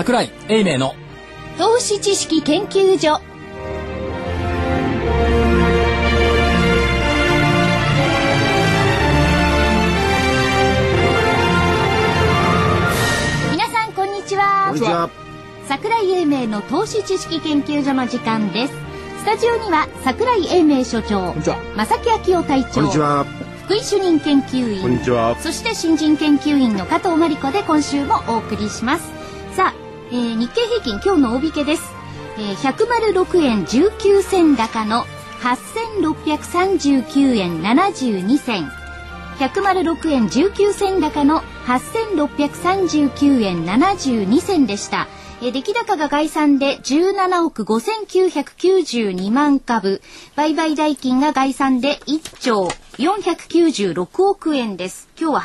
櫻井英明の投資知識研究所。皆さんこんにちは。 こんにちは。 櫻井英明の投資知識研究所の時間です。スタジオには櫻井英明所長、正木昭夫会長、 こんにちは。 福井主任研究員、 こんにちは。 そして新人研究員の加藤真理子で今週もお送りします。さあ、日経平均今日の大引けです。106円19銭高の8639円72銭、106円19銭高の8639円72銭でした。出来高が概算で17億5992万株、売買代金が概算で1兆496億円です。今日は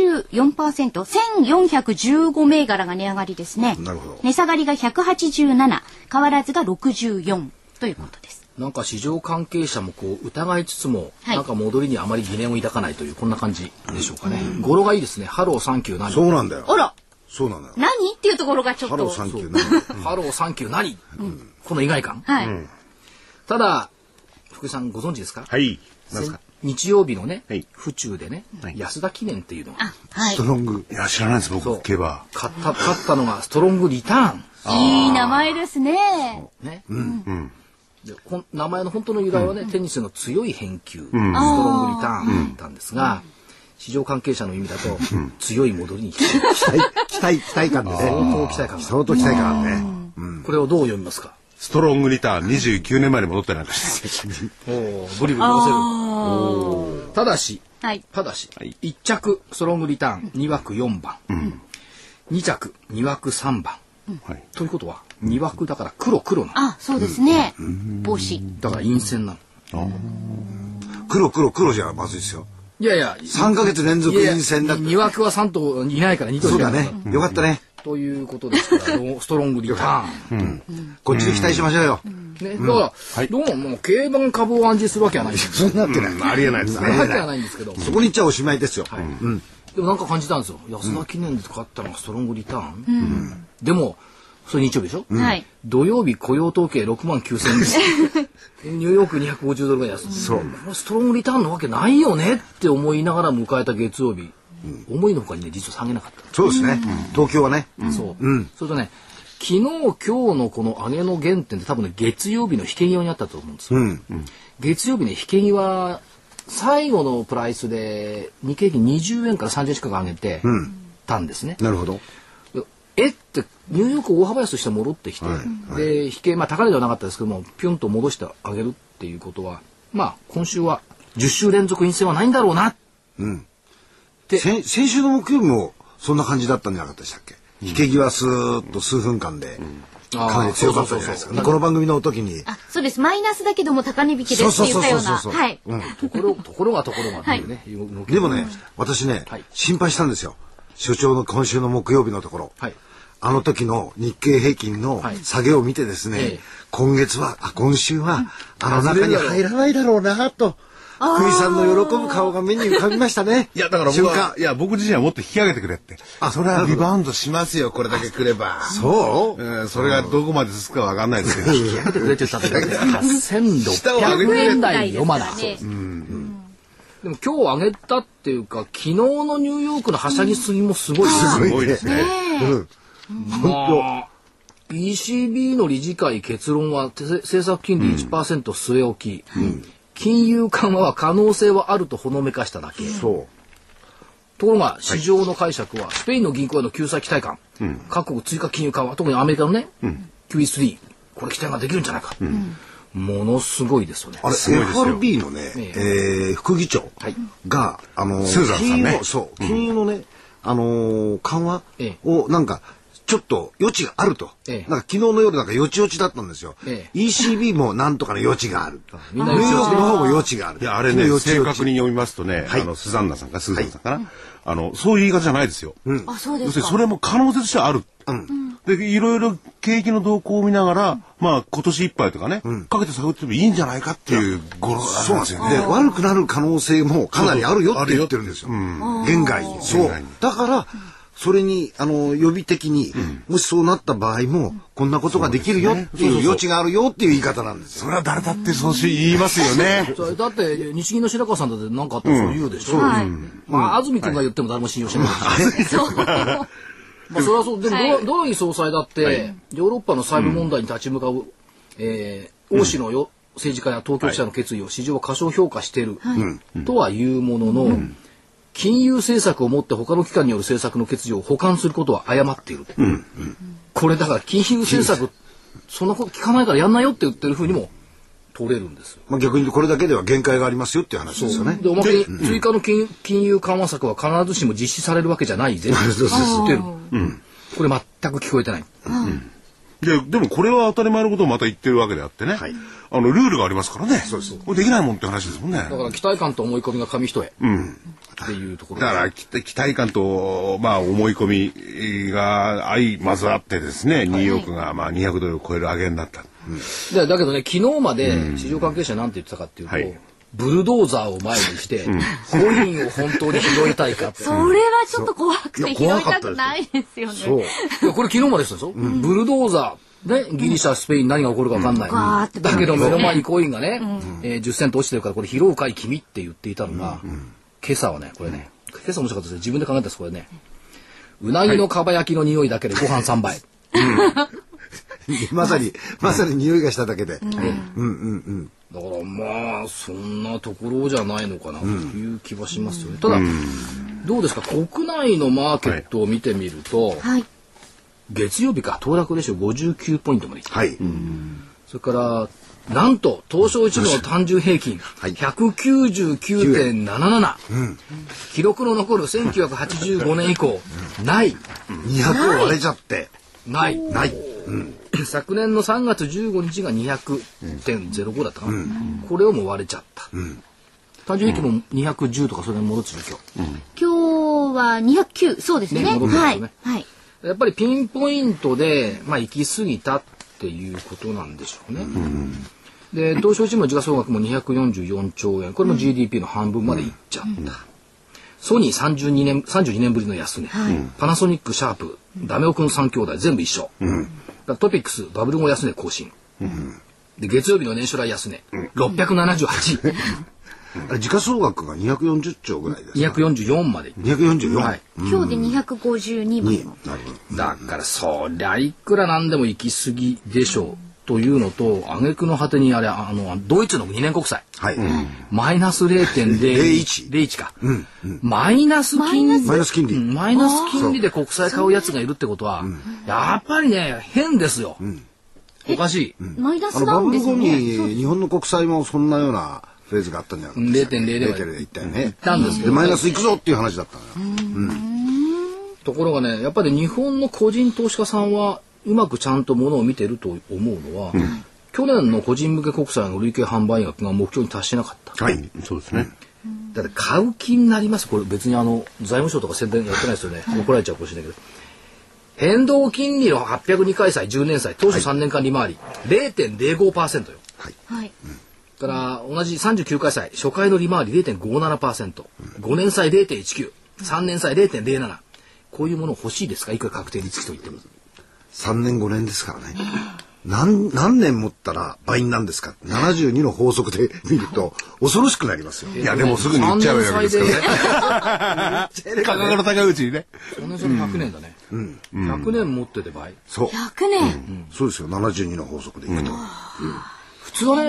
84%、1415銘柄が値上がりですね。 なるほど。 値下がりが187、変わらずが64ということです。 なんか市場関係者もこう疑いつつも、 はい、 なんか戻りにあまり疑念を抱かないというこんな感じでしょうかね。語呂がいいですね。ハローサンキュー何。 そうなんだよ。 あら、 そうなんだよ。 何っていうところがちょっと。 ハローサンキュー何。 ハローサンキュー何、この意外感。 はい。 ただ福井さんご存知ですか。 はい。何ですか。 日曜日のね、 はい、 府中でね、 はい、 安田記念っていうのが、 はい、 ストロング、いや知らないです僕。競馬勝ったのがストロングリターン。 いい名前ですね。 ね、で名前の本当の由来はね、テニスの強い返球、ストロングリターンだったんですが、市場関係者の意味だと、強い戻りに期待感でね。相当期待感ね。 これをどう読みますか。 ストロングリターン29年前に戻ったりなんかしてブリブリ戻せる。ただし、1着ストロングリターン2枠4番、2着2枠3番、ということは2枠だから黒なの。 あ、そうですね。帽子だから陰線なの。 黒じゃまずいですよ。 いやいや、 3ヶ月連続陰線だって。 2枠は3頭いないから2頭そうだね。よかったね。 ということですからストロングリターン、 こっちで期待しましょうよ。 ね、だからどうも競馬の株を暗示するわけはないですよ。 そんなわけない。ありえないですね。 わけはないんですけど、 そこに行っちゃおしまいですよ。 でもなんか感じたんですよ。安田記念で買ったのがストロングリターン。でもそれ日曜日でしょ。土曜日雇用統計6万9000です。ニューヨーク250ドルが安い。そう。ストロングリターンのわけないよねって思いながら迎えた月曜日。思いのほかにね実は下げなかった。 そうですね。東京はね。 そう。それとね、昨日今日のこの上げの原点って多分ね月曜日の引け際にあったと思うんですよ。月曜日ね引け際最後のプライスで日経平均20円から30円近く上げてたんですね。 なるほど。 ってニューヨーク大幅安として戻ってきて、で引け高値ではなかったですけどもピュンと戻してあげるっていうことは今週は10週連続陰線はないんだろうな。 先週の木曜日もそんな感じだったんじゃなかったでしたっけ。引け際スーッと数分間でかなり強かったじゃないですか。この番組の時に。 そうです。マイナスだけども高値引きですって言ったような。はい。 ところがっていうね。 でもね、私ね心配したんですよ。所長の今週の木曜日のところ。あの時の日経平均の下げを見てですね、今週はあの中に入らないだろうなと。福井さんの喜ぶ顔が目に浮かびましたね。 いやだから僕自身はもっと引き上げてくれって。それはリバウンドしますよこれだけ来れば。 そう。 それがどこまで続くかわかんないですけど。 引き上げてくれって言ったって8600円台読まない。でも今日上げたっていうか昨日のニューヨークのはしゃぎすぎもすごいですね。 ECB の理事会結論は政策金利 1% 据え置き。金融緩和は可能性はあるとほのめかしただけ。ところが市場の解釈はスペインの銀行への救済期待感、各国追加金融緩和、特にアメリカのね、QE3 これ期待ができるんじゃないか、ものすごいですよね。 あれ FRB のね、副議長がスーザンさんね、 金融のね緩和をなんかちょっと余地があると、なんか昨日の夜なんかよちよちだったんですよ。ECB もなんとかの余地がある。ニューヨークの方も余地がある。 いやあれね正確に読みますとね、スーザンナさんかな、そういう言い方じゃないですよ。 そうですか。 要するにそれも可能性としてはある。でいろいろ景気の動向を見ながら、今年いっぱいとかね、かけて探ってもいいんじゃないかっていう語呂なんですよね。 で悪くなる可能性もかなりあるよって言ってるんですよ。現外に。そうだからそれに予備的に、もしそうなった場合もこんなことができるよっていう余地があるよっていう言い方なんですよ。 それは誰だってそう言いますよね。 だって日銀の白川さんだって何かあったらそう言うでしょ。まあ安住君が言っても誰も信用しないです。まあそれはそう。でもドラギ総裁だってヨーロッパの債務問題に立ち向かう欧州の政治家や当局者の決意を市場は過小評価しているとはいうものの、金融政策をもって他の機関による政策の欠如を補完することは誤っている。これだから金融政策そんなこと聞かないからやんないよって言ってるふうにも取れるんです。 まあ逆にこれだけでは限界がありますよっていう話ですよね。 でおまけに追加の金融緩和策は必ずしも実施されるわけじゃないぜって言ってる。これ全く聞こえてない。 でもこれは当たり前のことをまた言ってるわけであってね、ルールがありますからね。これできないもんって話ですもんね。 だから期待感と思い込みが紙一重っていうところ。 だから期待感とまあ思い込みがまずあってですね、ニューヨークがまあ200ドルを超える上げになった。 だけどね、昨日まで市場関係者なんて言ってたかっていうと、ブルドーザーを前にしてコインを本当に拾いたいかって。 それはちょっと怖くて拾いたくないですよね。 そう。いやこれ昨日までしたでしょ。ブルドーザーでギリシャスペイン何が起こるか分かんない。だけど目の前にコインがね、10セント落ちてるからこれ拾うかい君って言っていたのが、今朝はねこれね、今朝面白かったですね。自分で考えたんですこれね。うなぎのかば焼きの匂いだけでご飯3杯。 まさに匂いがしただけで。 だからまあそんなところじゃないのかなという気はしますよね。ただどうですか、国内のマーケットを見てみると、月曜日か騰落レシオ59ポイントまで来て、それからなんと東証一部の単純平均 199.77、記録の残る1985年以降ない 200を割れちゃってない、昨年の3月15日が 200.05 だったかな、これをも割れちゃった、単純平均も210とかそれに戻ってる今日は209、そうですね。 戻ってますよね。やっぱりピンポイントで行き過ぎたっていうことなんでしょうね。で東証一部の時価総額も244兆円、これも GDP の半分までいっちゃった。ソニー32年ぶりの安値、パナソニック、シャープ、ダメオくん3兄弟全部一緒、トピックスバブル後安値更新、で月曜日の年初来安値、678 時価総額が240兆ぐらいですか。 244まで。 244。 今日で252まで。 だからそりゃいくらなんでも行き過ぎでしょうというのと、挙句の果てにドイツの2年国債、マイナス 0.01 か、マイナス金利で国債買うやつがいるってことは、やっぱりね変ですよ。おかしい。 マイナスなんですね。 バブル後に日本の国債もそんなようなフェーズがあったんじゃないですか。 0.00 までいったよね。 いったんですけど、 マイナスいくぞっていう話だったのよ。 ところがね、やっぱり日本の個人投資家さんはうまくちゃんとものを見てると思うのは、去年の個人向け国債の累計販売額が目標に達しなかった。 そうですね。 だって買う気になります。これ別に財務省とか宣伝やってないですよね。怒られちゃうかもしれないけど。変動金利の802回債10年債当初3年間利回り 0.05% よ。から同じ39回債初回の利回り 0.57%、5年債 0.19、3年債 0.07、こういうもの欲しいですか、いくら確定につきと言っても。 3年5年ですからね。何年持ったら倍になるんですか。72の法則で見ると恐ろしくなりますよ。 いやでもすぐに言っちゃうわけですからね。価格の高いうちにね。 3年それ100年だね。100年持ってて倍。 そう。 100年。 そうですよ。72の法則でいくと。 普通はね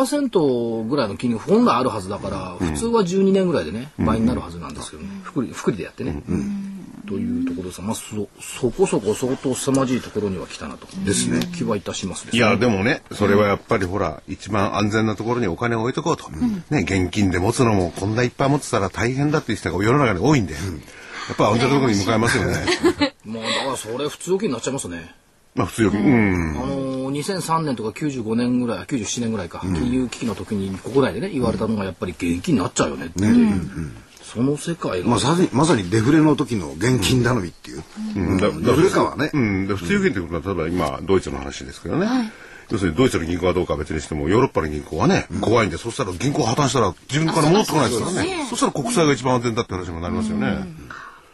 6% ぐらいの金利本来あるはずだから、普通は12年ぐらいでね倍になるはずなんですけどね、福利でやってね、というところです。そこそこ相当凄まじいところには来たなとですね、気はいたしますですね。 いやでもね、それはやっぱりほら一番安全なところにお金を置いとこうと、ね、現金で持つのもこんないっぱい持ってたら大変だっていう人が世の中に多いんで、やっぱ安全なところに向かいますよね。 まあだからそれ普通預金になっちゃいますね。 普通預金、 2003年とか95年ぐらい97年ぐらいか、金融危機の時に国内でね言われたのがやっぱり現金になっちゃうよねっていう、その世界が、 まさにデフレの時の現金頼みっていう、デフレ感はね、 普通預金ってことは例えば今ドイツの話ですけどね、要するにドイツの銀行はどうかは別にしてもヨーロッパの銀行はね、怖いんで、そしたら銀行破綻したら自分から戻ってこないですからね。そしたら国債が一番安全だって話になりますよね。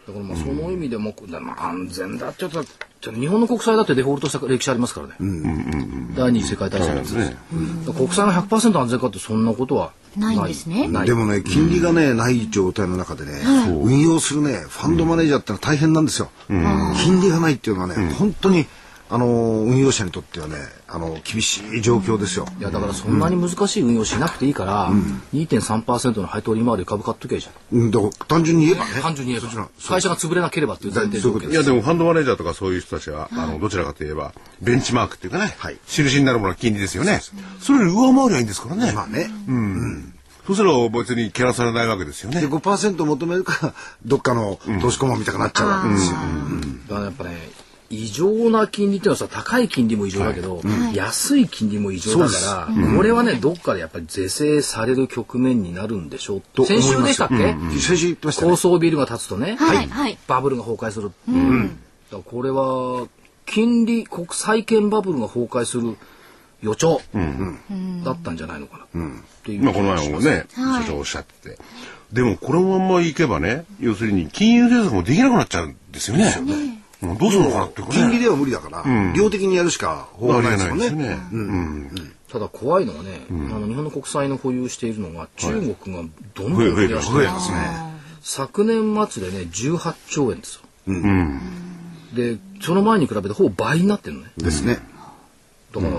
だからまあその意味でも、安全だって言ったら日本の国債だってデフォルトした歴史ありますからね。第二次世界大戦のやつです。国債が 100% 安全かってそんなことはないんですね。 でもね、金利がね、ない状態の中でね、運用するね、ファンドマネージャーってのは大変なんですよ。金利がないっていうのはね、本当に運用者にとってはね、厳しい状況ですよ。 いや、だからそんなに難しい運用しなくていいから、2.3% の配当利回り株買っときゃいいじゃん。 だから単純に言えばね。 単純に言えば。会社が潰れなければっていう前提条件です。 いや、でもファンドマネージャーとかそういう人たちは、どちらかといえば、ベンチマークっていうかね、印になるものは金利ですよね。それより上回りゃいいんですからね。 まあね。 そうすれば別に蹴らされないわけですよね。 で、5% 求めるから、どっかの投資顧問みたくなっちゃうわけですよ。 だからやっぱね、異常な金利っていうのはさ、高い金利も異常だけど、安い金利も異常だから、これはね、どっかでやっぱり是正される局面になるんでしょうと。先週でしたっけ？ 先週言ってましたね。 高層ビルが建つとね、バブルが崩壊する。だからこれは、金利、国債券バブルが崩壊する予兆だったんじゃないのかなっていう。 まあこの前もね、所長おっしゃってて。でもこのままいけばね、要するに金融政策もできなくなっちゃうんですよね。どうするのかなって金利では無理だから、量的にやるしか方法ないですよね。 ただ怖いのはね、日本の国債の保有しているのが中国がどんどん増やしていますね。昨年末でね、18兆円ですよ。で、その前に比べてほぼ倍になってるのね。 ですね。 だから、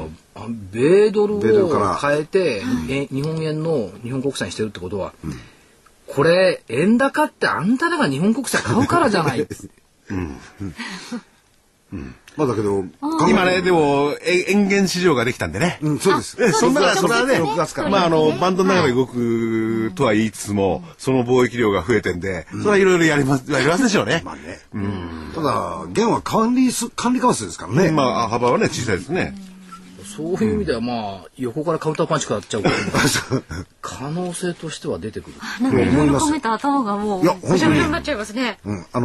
米ドルを変えて、日本円の日本国債にしてるってことは、これ、円高ってあんたらが日本国債買うからじゃない。 まあだけど、 今ね、でも、円元市場ができたんでね。 そうです。 そんなら、 それはね、6月から。 まあバンドの中で動くとは言いつつも、その貿易量が増えてんで、それはいろいろやりますでしょうね。 まあね。ただ、元は管理為替ですからね。 まあ、幅はね、小さいですね。 そういう意味ではまあ、横からカウンターパンチ食らっちゃうから可能性としては出てくる。 なんかいろいろ考えた頭がもうぐしゃぐしゃになっちゃいますね。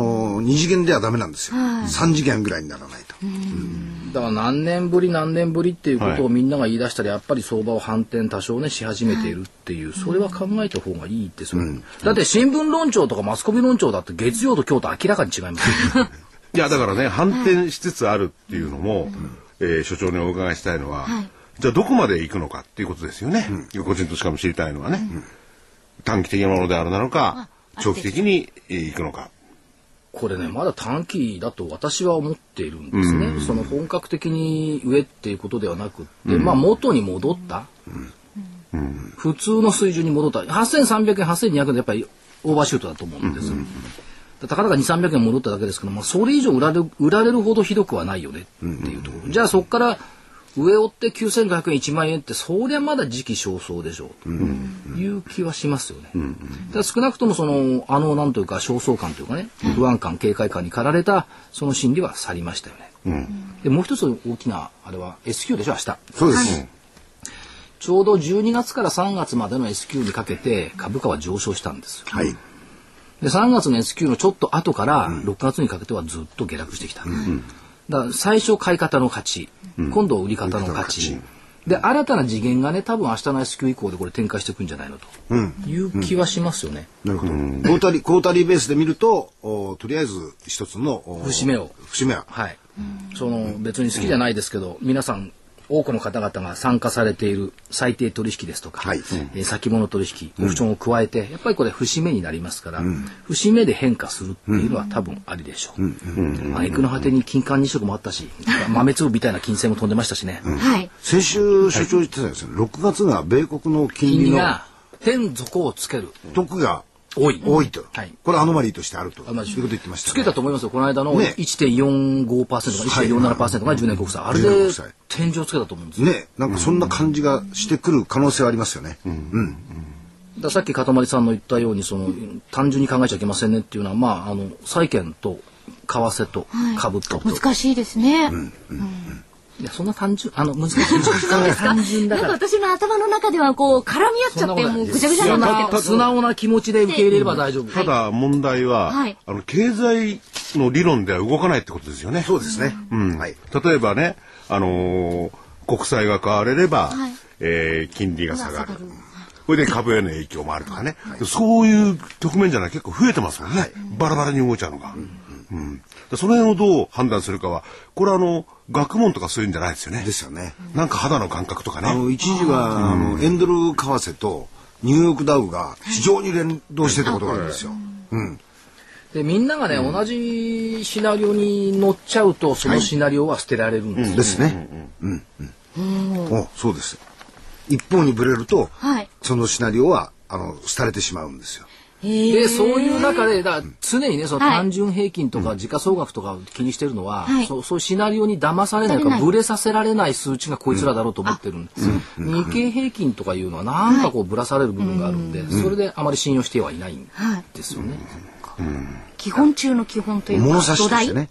2次元ではダメなんですよ。3次元ぐらいにならないと。 だから何年ぶりっていうことをみんなが言い出したらやっぱり相場を反転多少ねし始めているっていう、それは考えた方がいいですよ。だって新聞論調とかマスコミ論調だって月曜と今日と明らかに違いますよ。 いやだからね、反転しつつあるっていうのも、所長にお伺いしたいのは、じゃあどこまで行くのかっていうことですよね。個人としかも知りたいのはね、短期的なものであるなのか、長期的に行くのか。 これね、まだ短期だと私は思っているんですね。その本格的に上っていうことではなくって、まあ元に戻った、普通の水準に戻った、8300円、8200円でやっぱりオーバーシュートだと思うんです。たかだか2、300円戻っただけですけど、まあ、それ以上売られるほどひどくはないよねっていうところ。じゃあそこから上追って9500円、1万円って、そりゃまだ時期尚早でしょうという気はしますよね。だ少なくともなんというか焦燥感というかね、不安感、警戒感に駆られたその心理は去りましたよね。でもう一つ大きなあれは S q でしょ、明日。 そうです。 ちょうど12月から3月までの S q にかけて株価は上昇したんですよ。で3月の S q のちょっと後から6月にかけてはずっと下落してきた。だから最初買い方の勝ち、今度売り方の勝ち。で新たな次元がね、多分明日の S q 以降でこれ展開していくんじゃないのという気はしますよね。 なるほど。クォータリーベースで見ると、とりあえず一つの節目は。はい。別に好きじゃないですけど、皆さん多くの方々が参加されている最低取引ですとか、先物取引、オプションを加えて、やっぱりこれ節目になりますから、節目で変化するっていうのは多分ありでしょう。挙句の果てに金環日食もあったし、豆粒みたいな金星も飛んでましたしね。 先週所長言ってたんですよ。6月が米国の金利が天底をつける。 得が多いと。これアノマリーとしてあると。いうこと言ってました。 つけたと思いますよ。この間の 1.45% か 1.47% が10年国債。あれで天井をつけたと思うんですよ。 ね、なんかそんな感じがしてくる可能性はありますよね。 ださっきかたまりさんの言ったように、単純に考えちゃいけませんねっていうのは、まあ債券と為替と株と。 難しいですね。 いや、そんな難しい単純だから。 なんか私の頭の中ではこう絡み合っちゃってもうぐちゃぐちゃになってます。 素直な気持ちで受け入れれば大丈夫。 ただ問題は、経済の理論では動かないってことですよね。 そうですね。 例えばね、国債が買われれば、金利が下がる。 それで株への影響もあるとかね、そういう局面じゃない結構増えてますもんね、バラバラに動いちゃうのが。その辺をどう判断するかは、これは学問とかそういうんじゃないですよね。 ですよね。 なんか肌の感覚とかね。 一時はエンドル為替とニューヨークダウが非常に連動してたことがあるんですよ。 でみんながね、同じシナリオに乗っちゃうとそのシナリオは捨てられるんですよ。 ですね。そうです。一方にブレると、そのシナリオは廃れてしまうんですよ。 でそういう中で常にね、その単純平均とか時価総額とかを気にしてるのは、そういうシナリオに騙されないかブレさせられない数値がこいつらだろうと思ってるんです。日経平均とかいうのはなんかこうぶらされる部分があるんで、それであまり信用してはいないんですよね。 基本中の基本というか物差しですよね。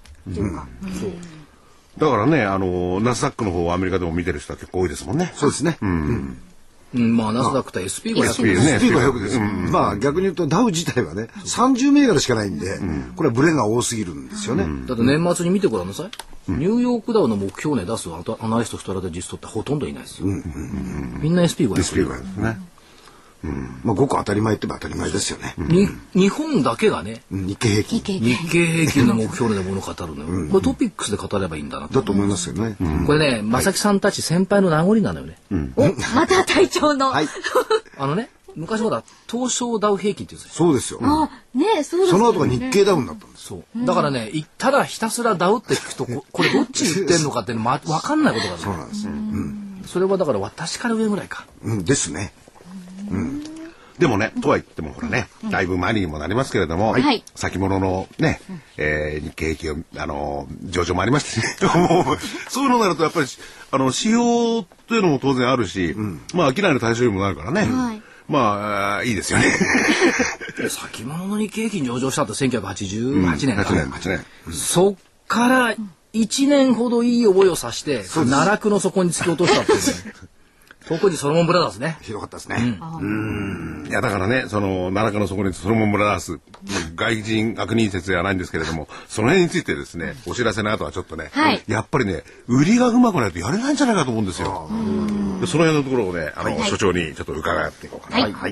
だからね、ナスダックの方はアメリカでも見てる人は結構多いですもんね。 そうですね。 まあナスダックと SP500 です。まあ逆に言うとダウ自体はね、30銘柄しかないんで、これはブレが多すぎるんですよね。 だって年末に見てごらんなさい。ニューヨークダウの目標値出すアナリストストラテジストってほとんどいないですよ。みんな SP500 ですね。 まあごく当たり前って当たり前ですよね。 日本だけがね、 日経平均の目標値で物語るのよ。これトピックスで語ればいいんだなだと思いますよね。 これね、正木さんたち先輩の名残なのよね。 また隊長の。 昔ほら東証ダウ平均って言うんですよ。 そうですよ。 その後が日経ダウになったんです。 だからね、ただひたすらダウって聞くとこれどっち言ってんのかって分かんないことがある。 そうなんです。 それはだから私から上ぐらいか。 ですね。 でもね、とは言ってもほらね、だいぶ前にもなりますけれども、先物のね、日経平均上場もありましたし、そういうのになるとやっぱり仕様というのも当然あるし、まあ商いの対象にもなるからね、まあいいですよね。 先物の日経平均上場したって1988年か。 8年。 そっから1年ほどいい覚えをさして奈落の底に突き落としたっていうね。特にソロモンブラザーズね。 ひどかったですね。 いやだからね、奈良の底にソロモンブラザーズ、外人悪人説ではないんですけれども、その辺についてですね、お知らせの後はちょっとね、やっぱりね、売りがうまくないとやれないんじゃないかと思うんですよ。その辺のところをね、所長にちょっと伺っていこうかな。はい。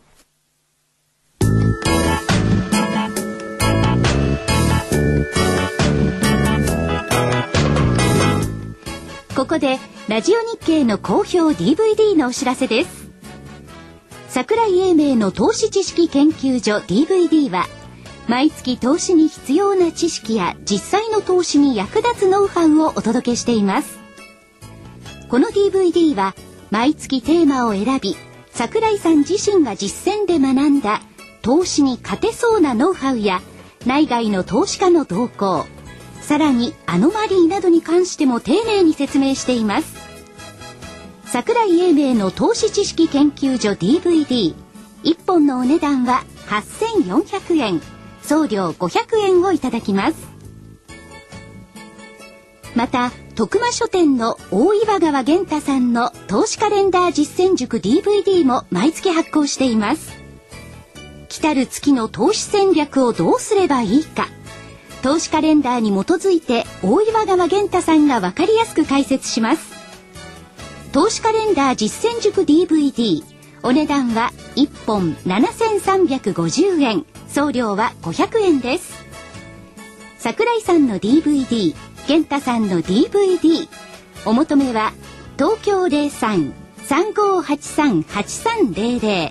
ここでラジオ日経の好評 DVD のお知らせです。桜井英明の投資知識研究所 DVD は毎月投資に必要な知識や実際の投資に役立つノウハウをお届けしています。この DVD は毎月テーマを選び、桜井さん自身が実践で学んだ投資に勝てそうなノウハウや内外の投資家の動向、さらにアノマリーなどに関しても丁寧に説明しています。桜井英明の投資知識研究所 DVD1 本のお値段は8400円、送料500円をいただきます。また徳間書店の大岩川源太さんの投資カレンダー実践塾 DVD も毎月発行しています。来たる月の投資戦略をどうすればいいか、投資カレンダーに基づいて大岩川源太さんが分かりやすく解説します。投資カレンダー実践塾 DVD、 お値段は1本7350円、送料は500円です。桜井さんの DVD、 源太さんの DVD、 お求めは東京 03-3583-8300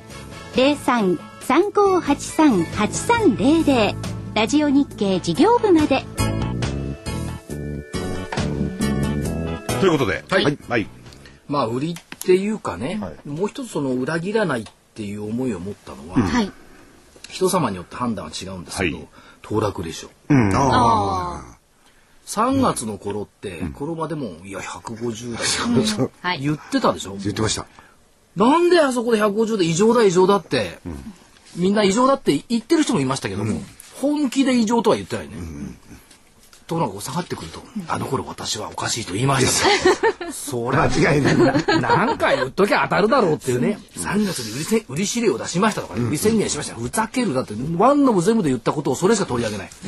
03-3583-8300、ラジオ日経事業部まで。 ということで、 まあ売りっていうかね、もう一つその裏切らないっていう思いを持ったのは、人様によって判断は違うんですけど、騰落でしょ。3月の頃ってこの場でもいや150台言ってたでしょ。 言ってました。なんであそこで150で異常だって、みんな異常だって言ってる人もいましたけども、本気で異常とは言ってないね。ところが下がってくると、あの頃私はおかしいと言いましたと。それは間違いない。 何回言っときゃ当たるだろうっていうね。3月に売り指令を出しましたとか、売り宣言しました。ふざける。だってワンノブ全部で言ったことをそれしか取り上げない。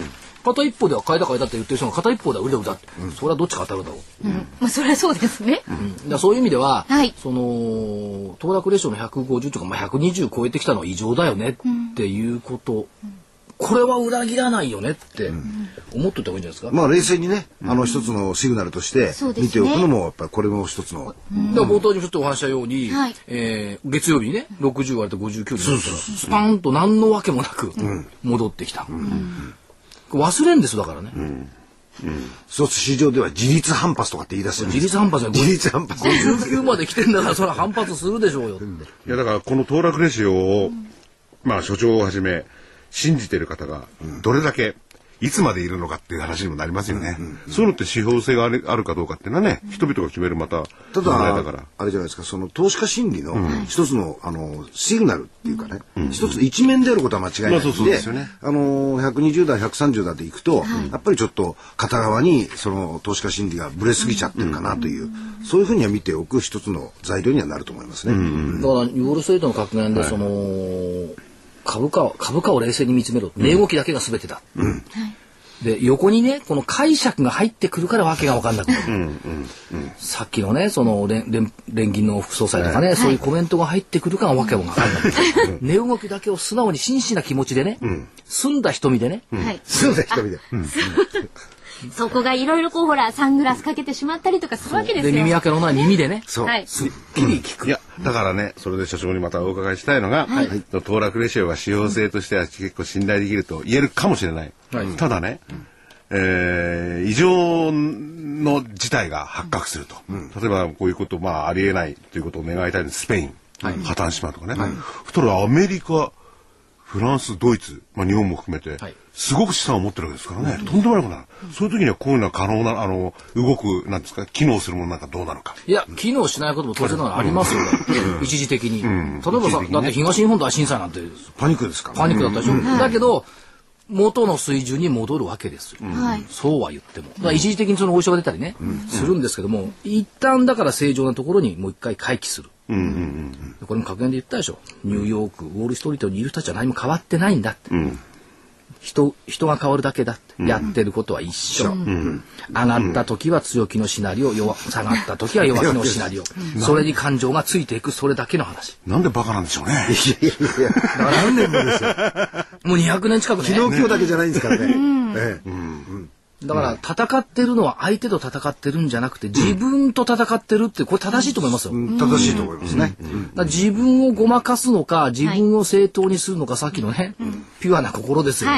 片一方では買いだって言ってる人が片一方では売りだって、それはどっちが当たるだろう。 まあそれはそうですね。 だそういう意味では、 はい、 その騰落レシオの150とか、120超えてきたのは異常だよねっていうこと、これは裏切らないよねって思っといた方がいいんじゃないですか。 まあ冷静にね、一つのシグナルとして見ておくのもやっぱりこれも一つの。 だから冒頭にちょっとお話したように、月曜日にね60割と59でスパンと何のわけもなく戻ってきた。忘れんですだからね。 一つ市場では自立反発とかって言い出してるんです。 自立反発自立反発。 59まで来てんだからそれは反発するでしょうよって。 いやだからこの騰落レシオを、まあ所長をはじめ信じてる方がどれだけいつまでいるのかっていう話にもなりますよね。そういうのって指標性があるかどうかっていうのはね、人々が決めるまたただあれじゃないですか、その投資家心理の一つのシグナルっていうかね、一つ一面であることは間違いないので、120代130代でいくと、やっぱりちょっと片側にその投資家心理がブレすぎちゃってるかなという、そういうふうには見ておく一つの材料にはなると思いますね。 だからウォールストリートの格言でその株価を冷静に見つめろ、値動きだけが全てだ、で横にねこの解釈が入ってくるからわけが分かんなくなる、さっきのねその連銀の副総裁とかね、そういうコメントが入ってくるからわけが分かんなくなる、値動きだけを素直に真摯な気持ちでね、澄んだ瞳でね、 澄んだ瞳で、 そこがいろいろこうほらサングラスかけてしまったりとかするわけですよ。 で耳開けのない耳でね、 そう、 すっきり聞く。 いやだからね、それで所長にまたお伺いしたいのが、騰落レシオが指標性としては結構信頼できると言えるかもしれない。ただね、異常の事態が発覚すると、例えばこういうことありえないということを願いたいんです。スペイン、破綻しまうとかね、そしたらアメリカ、フランス、ドイツ、日本も含めて、すごく資産を持ってるわけですからね、とんでもないことなる。そういう時にはこういうのは可能な動くなんですか、機能するものなんかどうなのか。 いや機能しないことも当然ならありますよ、一時的に、例えばさ、だって東日本大震災なんてパニックですから、 パニックだったでしょ、だけど元の水準に戻るわけですよ、そうは言ってもだから一時的にそのお医者が出たりね、するんですけども、一旦だから正常なところにもう一回回帰する、これも格言で言ったでしょ、ニューヨークウォールストリートにいる人たちは何も変わってないんだって、人が変わるだけだって、やってることは一緒、上がった時は強気のシナリオ、下がった時は弱気のシナリオ、それに感情がついていく、それだけの話。 なんでバカなんでしょうね。 だから何年もですよ。 もう200年近くね。 昨日今日だけじゃないんですからね。 だから戦ってるのは相手と戦ってるんじゃなくて自分と戦ってるって、これ正しいと思いますよ。 正しいと思いますね。 自分をごまかすのか自分を正当にするのか、さっきのね、ピュアな心ですよ。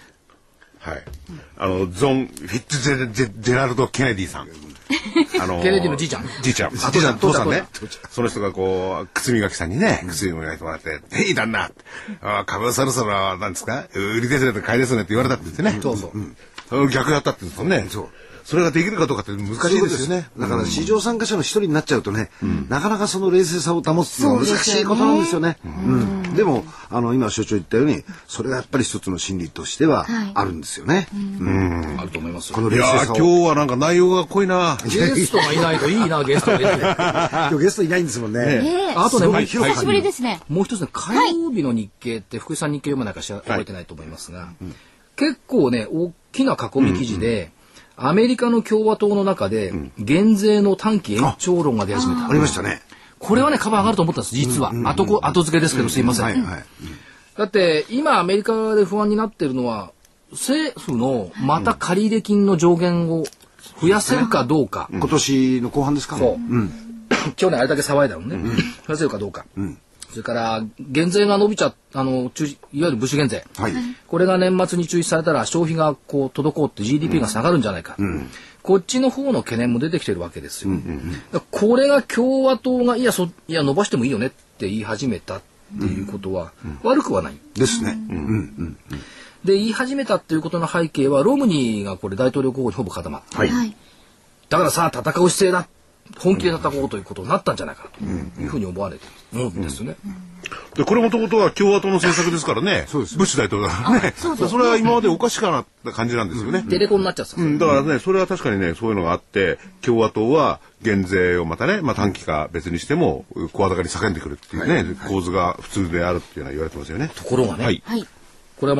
ゾン・フィッツジェラルド・ケネディさん。 ケネディのじいちゃん。 父さんね。その人がこう、靴磨きさんにね、靴磨いてもらって、へい、旦那、株そろそろ、なんですか、売りですねと買いですねって言われたって言ってね。逆だったって言うんですよね。それができるかどうかって難しいですよね。 だから市場参加者の一人になっちゃうとね、なかなかその冷静さを保つのは難しいことなんですよね。でも今所長言ったように、それがやっぱり一つの心理としてはあるんですよね。 あると思いますよ。 この冷静さを。 今日はなんか内容が濃いな。 ゲストがいないといいな、ゲストがいない。 今日ゲストいないんですもんね。 あとね、 久しぶりですね。 もう一つね、火曜日の日経って福井さん日経読まないか覚えてないと思いますが、結構ね大きな囲み記事で。アメリカの共和党の中で減税の短期延長論が出始めた。 ありましたね。 これはね、株上がると思ったんです、実は。後付けですけど、すいません。だって、今アメリカで不安になってるのは、政府のまた借入金の上限を増やせるかどうか。 今年の後半ですか。 そう。去年あれだけ騒いだのね。増やせるかどうか。それから減税が伸びちゃいわゆる物資減税、これが年末に中止されたら消費がこう滞って GDP が下がるんじゃないか、こっちの方の懸念も出てきてるわけですよ。これが共和党がいや伸ばしてもいいよねって言い始めたっていうことは悪くはないですね。 で言い始めたっていうことの背景はロムニーがこれ大統領候補にほぼ固まった、だからさあ戦う姿勢だ、本気で戦おうということになったんじゃないかというふうに思われてるんですよね。 でこれもともとは共和党の政策ですからね。ブッシュ大統領だからね。それは今までおかしかった感じなんですよね。 テレコになっちゃった。 だからね、それは確かにね、そういうのがあって、共和党は減税をまたね、短期か別にしても声高に叫んでくるっていうね、構図が普通であるっていうのは言われてますよね。 ところがね、これは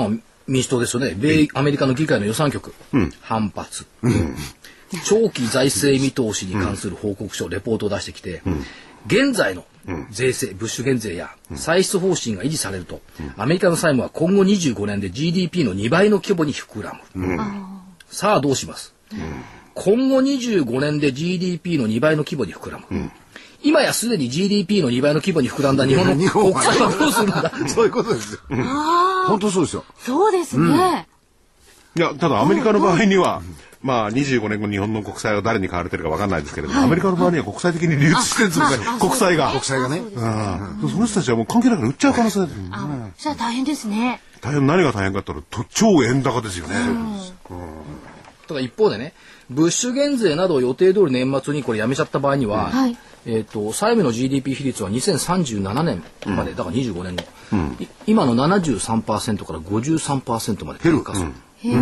民主党ですよね。アメリカの議会の予算局、反発。長期財政見通しに関する報告書、レポートを出してきて、現在の税制、ブッシュ減税や歳出方針が維持されると、アメリカの債務は今後25年で GDP の2倍の規模に膨らむ。さあどうします、今後25年で GDP の2倍の規模に膨らむ。今やすでに GDP の2倍の規模に膨らんだ日本の国債はどうするんだ。 そういうことですよ。本当そうですよ。 そうですね。 いや、ただアメリカの場合には、まあ25年後日本の国債は誰に買われてるか分かんないですけれども、アメリカの場合には国際的に流通してるんですよね、国債が。 国債がね。 その人たちはもう関係なく売っちゃう可能性です。 じゃあ大変ですね。 大変、何が大変かって言ったら超円高ですよね。 ただ一方でね、ブッシュ減税などを予定通り年末にこれやめちゃった場合には、債務の GDP 比率は2037年まで、だから25年後、今の 73% から 53% まで低下する。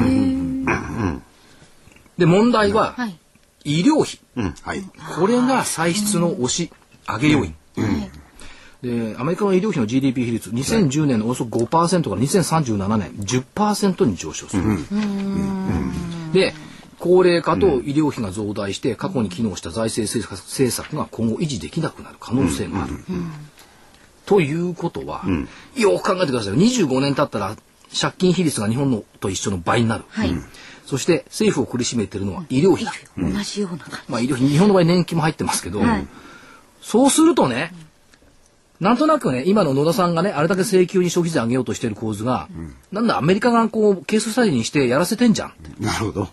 で、問題は、医療費、これが歳出の押し上げ要因。で、アメリカの医療費の GDP 比率、2010年のおよそ 5% から2037年 10% に上昇する。で、高齢化と医療費が増大して過去に機能した財政政策が今後維持できなくなる可能性がある。ということは、よく考えてくださいよ。25年経ったら借金比率が日本のと一緒の倍になる。そして政府を苦しめているのは医療費。 同じような感じ。 まあ医療費、日本の場合年金も入ってますけど、そうするとね、なんとなくね、今の野田さんがね、あれだけ請求に消費税上げようとしている構図が、なんだアメリカがこうケーススタディにしてやらせてんじゃん。 なるほど。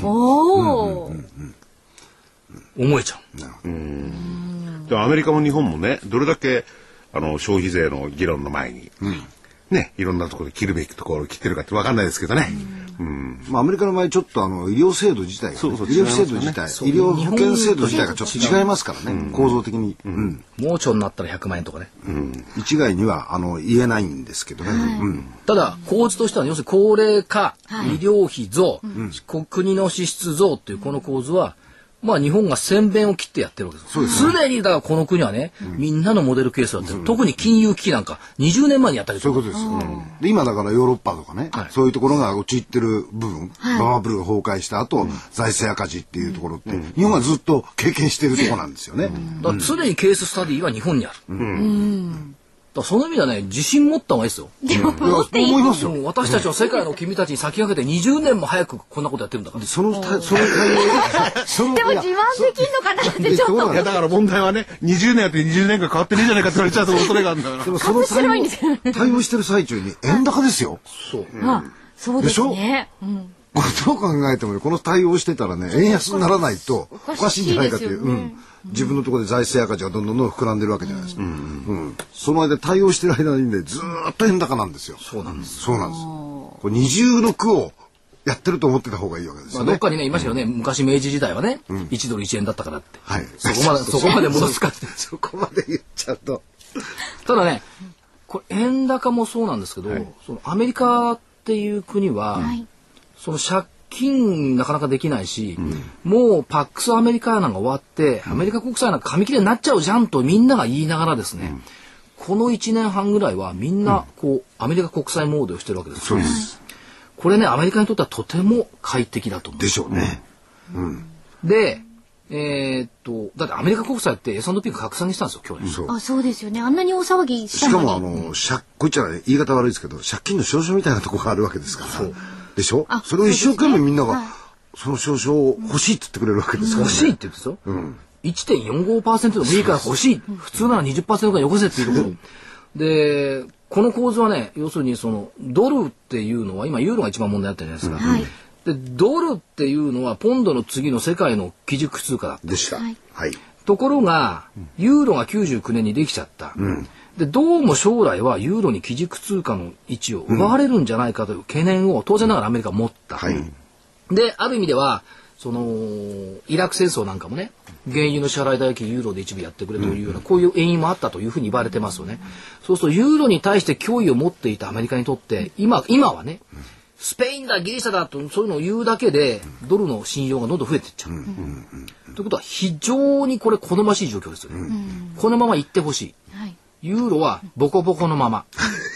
思えちゃう。アメリカも日本もね、どれだけ消費税の議論の前に、ね、いろんなところで切るべきところを切ってるかって分かんないですけどね。 まあアメリカの場合ちょっと医療制度自体が、医療制度自体、医療保険制度自体がちょっと違いますからね、構造的に。 盲腸になったら100万円とかね。 一概には言えないんですけどね。 ただ構図としては、要するに高齢化、医療費増、国の支出増っていうこの構図は、まあ日本が先鞭を切ってやってるわけです。すでにだからこの国はね、みんなのモデルケースだってる。特に金融危機なんか20年前にやったりそういうことですよ。で今だからヨーロッパとかね、そういうところが陥ってる部分、バブルが崩壊した後、財政赤字っていうところって、日本がずっと経験しているところなんですよね。 だから常にケーススタディは日本にある。その意味ではね、自信持った方がいいですよ。 思いますよ。 私たちは世界の君たちに先駆けて20年も早くこんなことやってるんだから。 その対応でも自慢できんのかなってちょっと。 いやだから問題はね、20年やって20年間変わってねえじゃないかって言われちゃう恐れがあるんだから。 でもその対応してる最中に円高ですよ。 そうですね。 これどう考えてもこの対応してたらね、円安にならないとおかしいんじゃないかという。自分のところで財政赤字がどんどん膨らんでるわけじゃないですか。その間対応してる間にね、ずーっと円高なんですよ。 そうなんです。 これ二重の苦をやってると思ってた方がいいわけですよね。 どっかにね、いましたよね。昔明治時代はね、1ドル1円だったからって。そこまで戻すかって。 そこまで言っちゃうと。 ただね、これ円高もそうなんですけど、そのアメリカっていう国は、その借金なかなかできないし、もうパックスアメリカなんか終わってアメリカ国債なんか紙切れになっちゃうじゃんとみんなが言いながらですね、この1年半ぐらいはみんなこうアメリカ国債モードをしてるわけです。 そうです。 これね、アメリカにとってはとても快適だと思う。 でしょうね。 で、だってアメリカ国債って S&P が格下にしたんですよ、去年。 そうですよね。あんなに大騒ぎしたのに。 しかもこいつら言い方悪いですけど、借金の証書みたいなところがあるわけですから。でしょ。それを一生懸命みんながその証書を欲しいって言ってくれるわけですから。 欲しいって言ってたよ。1.45% でもいいから欲しい。普通なら 20% がよこせっていうところ。で、この構図はね、要するにそのドルっていうのは今ユーロが一番問題あったじゃないですか。で、ドルっていうのはポンドの次の世界の基軸通貨だったでした。 ところがユーロが99年にできちゃった。で、どうも将来はユーロに基軸通貨の位置を奪われるんじゃないかという懸念を当然ながらアメリカは持った。で、ある意味ではそのイラク戦争なんかもね、原油の支払い代金ユーロで一部やってくれというような、こういう遠因もあったというふうに言われてますよね。そうするとユーロに対して脅威を持っていたアメリカにとって今はね、スペインだギリシャだとそういうのを言うだけでドルの信用がどんどん増えていっちゃう。ということは非常にこれ好ましい状況ですよね。このまま行ってほしい。ユーロはボコボコのまま。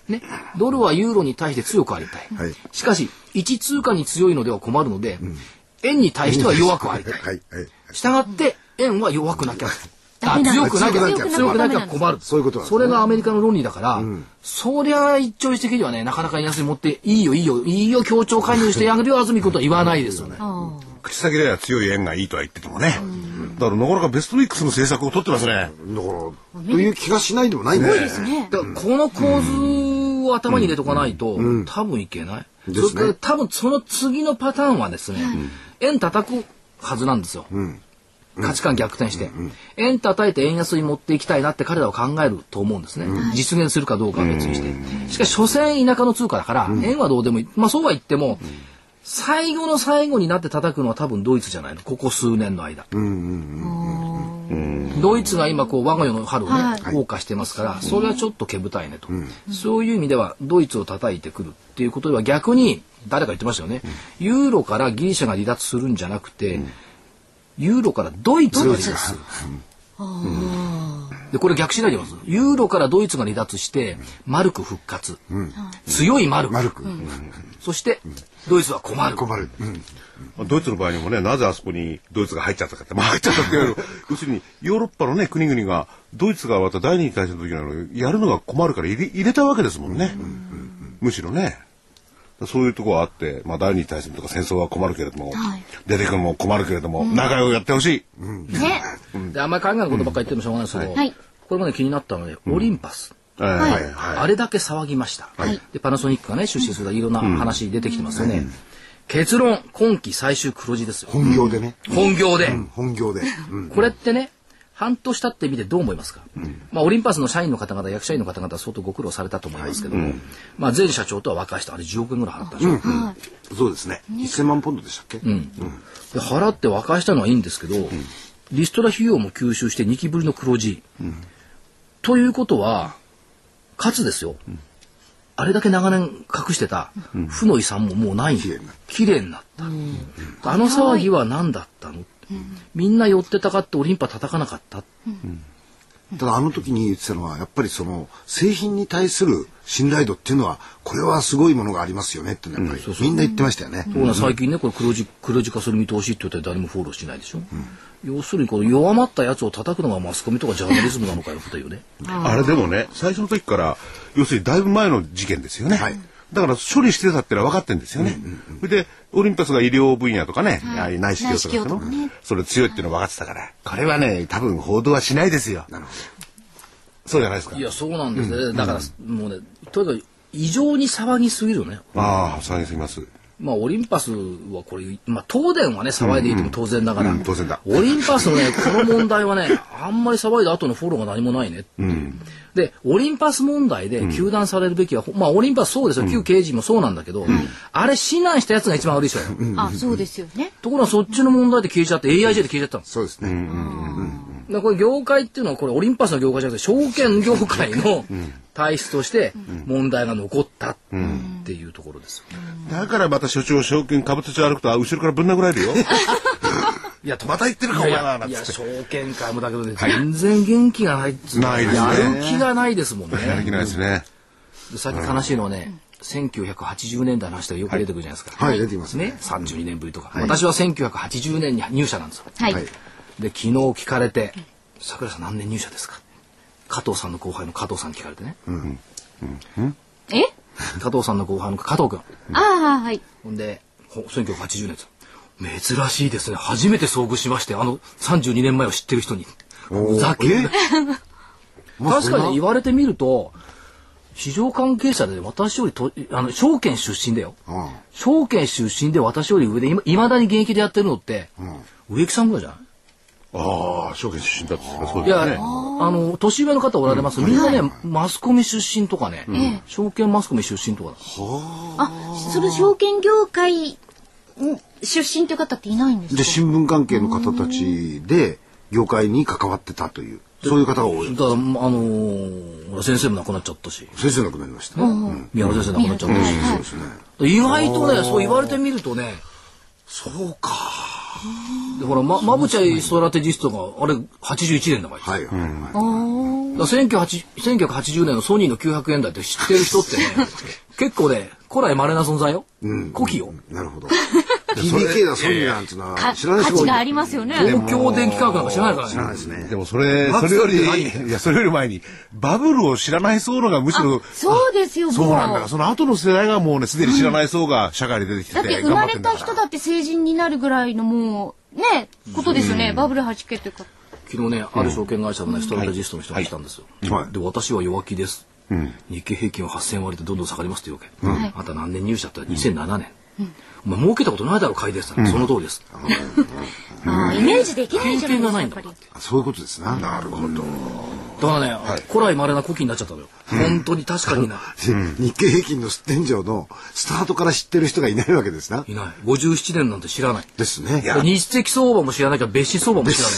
ね、ドルはユーロに対して強くありたい。 はい、 しかし、1通貨に強いのでは困るので、円に対しては弱くありたい。 はいはい、 したがって、円は弱くなきゃ。強くなきゃ困る。 そういうことなんですね。 それがアメリカの論理だから、そりゃ一朝一夕にはね、なかなか円安に持って、いいよ、協調介入してあげるよ、安住君とは言わないですよね。 口先では強い円がいいとは言っててもね。だからなかなかベストウィックスの政策を取ってますね。だからという気がしないでもないんですね。 だからこの構図を頭に入れとかないと、多分いけない。それから多分その次のパターンはですね、円叩くはずなんですよ。価値観逆転して、円叩いて円安に持っていきたいなって彼らは考えると思うんですね。実現するかどうかは別にして。しかし所詮田舎の通貨だから、円はどうでもいい。まあそうは言っても、最後の最後になって叩くのは多分ドイツじゃないの。ここ数年の間。ドイツが今こう我が世の春をね、謳歌してますから、それはちょっと煙たいねと。そういう意味ではドイツを叩いてくるっていうことでは逆に、誰か言ってましたよね。ユーロからギリシャが離脱するんじゃなくて、ユーロからドイツが離脱する。で、これ逆しないでます。ユーロからドイツが離脱して、マルク復活。強いマルク。そして、ドイツは困る。 ドイツの場合にもね、なぜあそこにドイツが入っちゃったかって、入っちゃったっていう要するにヨーロッパのね、国々が、ドイツがまた第二次大戦の時なのに、やるのが困るから入れたわけですもんね。むしろね。そういうところがあって、第二次大戦とか戦争は困るけれども、出てくるのも困るけれども、長いをやってほしい。 ね。で、あんまり海外のことばっかり言ってもしょうがないですけど、これもね、気になったので、オリンパス。あれだけ騒ぎました。で、パナソニックがね、出資するいろんな話出てきてますよね。結論、今期最終黒字ですよ。 本業でね。 本業で。これってね、半年経ってみてどう思いますか。オリンパスの社員の方々、役社員の方々相当ご苦労されたと思いますけども、前社長とは和解したあれ10億円ぐらい払ったでしょ。 そうですね。1000万ポンドでしたっけ。で払って和解したのはいいんですけど、リストラ費用も吸収して2期ぶりの黒字。ということは、かつですよ。あれだけ長年隠してた負の遺産ももうない。きれいになった。あの騒ぎは何だったの。みんな寄ってたかってオリンパ叩かなかった。 ただあの時に言ってたのはやっぱりその製品に対する信頼度っていうのはこれはすごいものがありますよねってやっぱりみんな言ってましたよね。 最近ねこれ黒字化する見通しって言ったら誰もフォローしないでしょ。要するにこの弱まったやつを叩くのがマスコミとかジャーナリズムなのかよというね。 あれでもね最初の時から要するにだいぶ前の事件ですよね。だから処理してたってのは分かってるんですよね。それでオリンパスが医療分野とかね、内視鏡とかそれ強いっていうの分かってたから、これはね多分報道はしないですよ。なるほど。そうじゃないですか。 いやそうなんですね。だからもうねとにかく異常に騒ぎすぎるね。 騒ぎすぎます。 オリンパスはこれ、東電はね騒いでいても当然ながら、 当然だ。 オリンパスのねこの問題はねあんまり騒いだ後のフォローが何もないね。でオリンパス問題で糾弾されるべきは、オリンパスそうですよ、旧経営陣もそうなんだけど、あれ指南したやつが一番悪いでしょ。 そうですよね。 ところがそっちの問題で消えちゃって AIJ で消えちゃったの。 そうですね。 これ業界っていうのはこれオリンパスの業界じゃなくて証券業界の体質として問題が残ったっていうところですよ。 だからまた所長証券株として歩くと後ろからぶん殴られるよ。いやまた言ってるかお前な。 いや証券会もだけどね全然元気がないっつうないですね。 やる気がないですもんね。 やる気ないですね。 さっき悲しいのはね、1980年代の話がよく出てくるじゃないですか。 はい、出てきますね。 32年ぶりとか。私は1980年に入社なんですよ。で昨日聞かれて「桜井さん何年入社ですか?」加藤さんの後輩の加藤さんに聞かれてね。加藤さんの後輩の加藤君。ほんで1980年です。珍しいですね。初めて遭遇しまして、32年前を知ってる人に。ふざけんな。確かに言われてみると、市場関係者で私より証券出身だよ。証券出身で私より上で、いまだに現役でやってるのって、植木さんぐらいじゃない？ 証券出身だってそうですね。 いや、年上の方おられます。みんなね、マスコミ出身とかね、証券マスコミ出身とかだ。 その証券業界出身という方っていないんですか？ で、新聞関係の方たちで業界に関わってたという、そういう方が多い。 だから先生も亡くなっちゃったし。 先生亡くなりましたね。 宮原先生亡くなっちゃったし。そうですね。意外とね、そう言われてみるとね、 そうか。 でほら、マブチャイストラテジストがあれ81年だから。 1980年のソニーの900円台って知ってる人ってね、結構ね、古来稀な存在よ。古希よ。 なるほど。TDK だソニーなんていうのは知らない人価値がありますよね。 東京電気科学なんか知らないからね。 知らないですね。 でもそれより前にバブルを知らない層のがむしろそうですよ。 そうなんだ。その後の世代がもうねすでに知らない層が社会に出てきてだって生まれた人だって成人になるぐらいのもうねことですよね。バブルはじけっていうか。 昨日ね、ある証券会社のね、ストラテジストの人が来たんですよ。で、私は弱気です。日経平均は8000割でどんどん下がりますっていうわけ。あんた何年入社って2007年。お前儲けたことないだろ買いですから、その通りです。 イメージできないじゃないですか。やっぱりそういうことですな。 なるほど。 だからね、古来稀な古希になっちゃったのよ。本当に確かにな。 日経平均の天井のスタートから知ってる人がいないわけですな。 いない。57年なんて知らない。 ですね。 日積相場も知らないから別紙相場も知らない。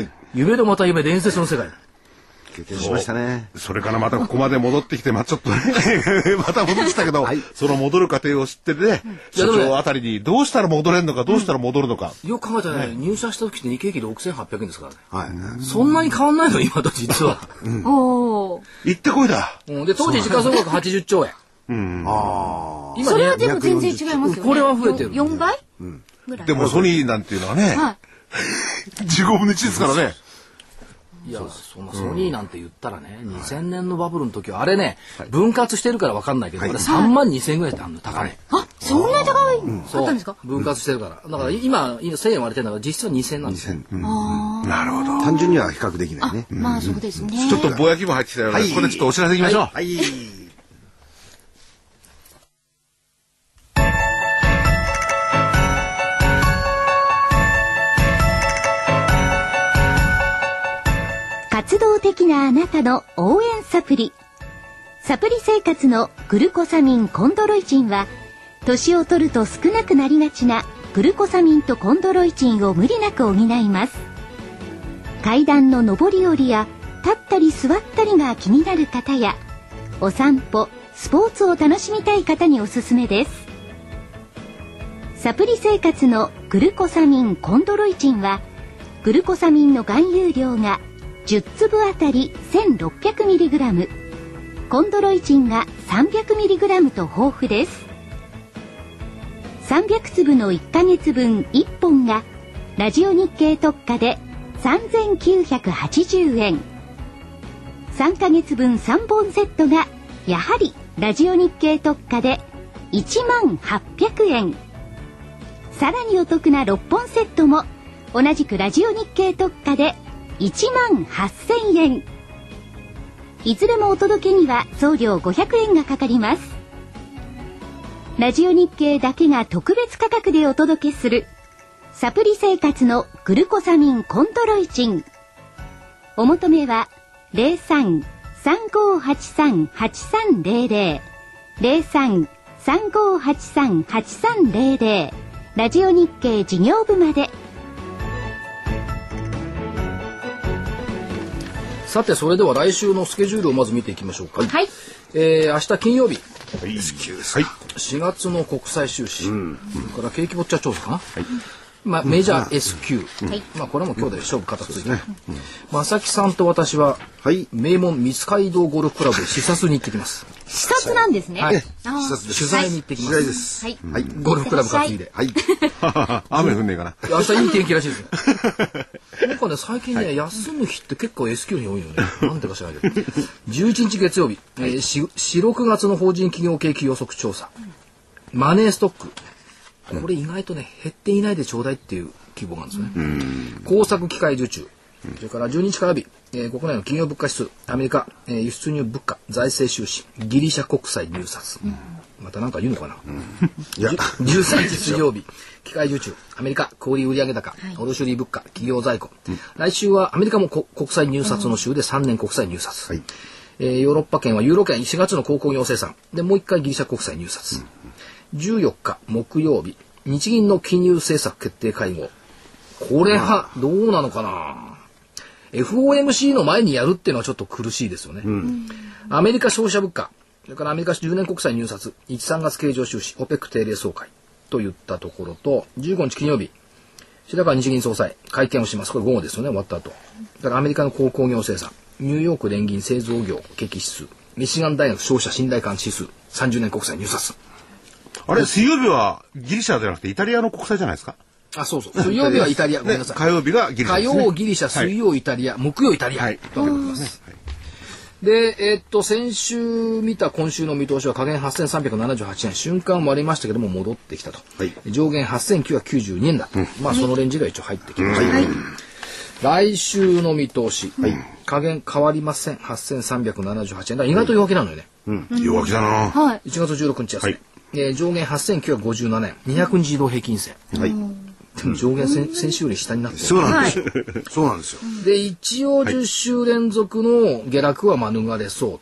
はい。夢のまた夢、伝説の世界。 経験しましたね。 それからまたここまで戻ってきて、ちょっとね、また戻ってきたけど、その戻る過程を知ってね、社長あたりにどうしたら戻れるのか、どうしたら戻るのか。 よく考えたらね、入社した時って日経平均6800円ですからね。そんなに変わんないの、今と実は。 行ってこいだ。 で、当時時価総額80兆円。 それはでも全然違いますよね。 これは増えてる。 4倍ぐらい。 でもソニーなんていうのはね、15分の1ですからね。 いや、そのソニーなんて言ったらね、2000年のバブルの時はあれね、分割してるから分かんないけど、あれ3万2000円ぐらいってあるの、高値。 あ、そんな高いあったんですか？ 分割してるから。だから今1000円割れてるんだから実質は2000円なんですよ。 なるほど。 単純には比較できないね。 まあそうですね。 ちょっとぼやきも入ってきたようで、ここでちょっとお知らせいきましょう。はい。 活動的なあなたの応援サプリ。サプリ生活のグルコサミンコンドロイチンは、年を取ると少なくなりがちなグルコサミンとコンドロイチンを無理なく補います。階段の上り下りや立ったり座ったりが気になる方や、お散歩、スポーツを楽しみたい方におすすめです。サプリ生活のグルコサミンコンドロイチンは、グルコサミンの含有量が10粒あたり 1600mg、 コンドロイチンが 300mg と豊富です。300粒の1ヶ月分1本がラジオ日経特価で3980円、3ヶ月分3本セットがやはりラジオ日経特価で10800円、さらにお得な6本セットも同じくラジオ日経特価で18000円。いずれもお届けには送料500円がかかります。ラジオ日経だけが特別価格でお届けするサプリ生活のグルコサミンコンドロイチン。お求めは 03-3583-8300 03-3583-8300 ラジオ日経事業部まで。 さて、それでは来週のスケジュールをまず見ていきましょうか。 はい。 明日金曜日、 S q ですか。 4月の国際収支、それから景気ウォッチャー調査かな。メジャー S q、これも今日で勝負片付いて、正木さんと私は、名門三街道ゴルフクラブで視察に行ってきます。 視察なんですね。 取材に行ってきます。 取材です。 ゴルフクラブ担いで。 雨降んねえかな。 明日いい天気らしいですね。なんかね、最近ね、休む日って結構 S q に多いよね。なんでか知らないけど。11日月曜日、4、6月の法人企業景気予測調査。マネーストック。これ意外とね、減っていないでちょうだいっていう規模なんですね。工作機械受注。それから12日火曜日、国内の企業物価指数、アメリカ、輸出入物価、財政収支、ギリシャ国債入札。また何か言うのかな。13日水曜日、機械受注、アメリカ、小売売上高、卸売物価、企業在庫。来週はアメリカも国債入札の週で3年国債入札。ヨーロッパ圏はユーロ圏4月の鉱工業生産。で、もう一回ギリシャ国債入札。14日木曜日、日銀の金融政策決定会合。これはどうなのかな。FOMC の前にやるっていうのはちょっと苦しいですよね。アメリカ消費者物価、それからアメリカ10年国債入札、1、3月経常収支、OPEC 定例総会といったところと、15日金曜日、白川日銀総裁会見をします。これ午後ですよね、終わった後。だからアメリカの鉱工業生産、 ニューヨーク連銀製造業景気指数、ミシガン大学消費者信頼感指数、30年国債入札。 あれ、水曜日はギリシャじゃなくてイタリアの国債じゃないですか。 あ、そうそう。水曜日はイタリア、ごめんなさい。 火曜日がギリシャですね。 火曜ギリシャ、水曜イタリア、木曜イタリア。 はい。ということですね。 で、先週見た今週の見通しは下限8378円、瞬間割りましたけども戻ってきたと。 はい、 上限8992円だと。まあそのレンジが一応入ってきました。はい、来週の見通し、下限変わりません。8378円だ。意外と弱気なのよね。 弱気だな。 はい。 1月16日ですね。上限8957円、200日移動平均線。はい。でも上限先週より下になってる。 そうなんですよ。そうなんですよ。 で、一応10週連続の下落は免れそう。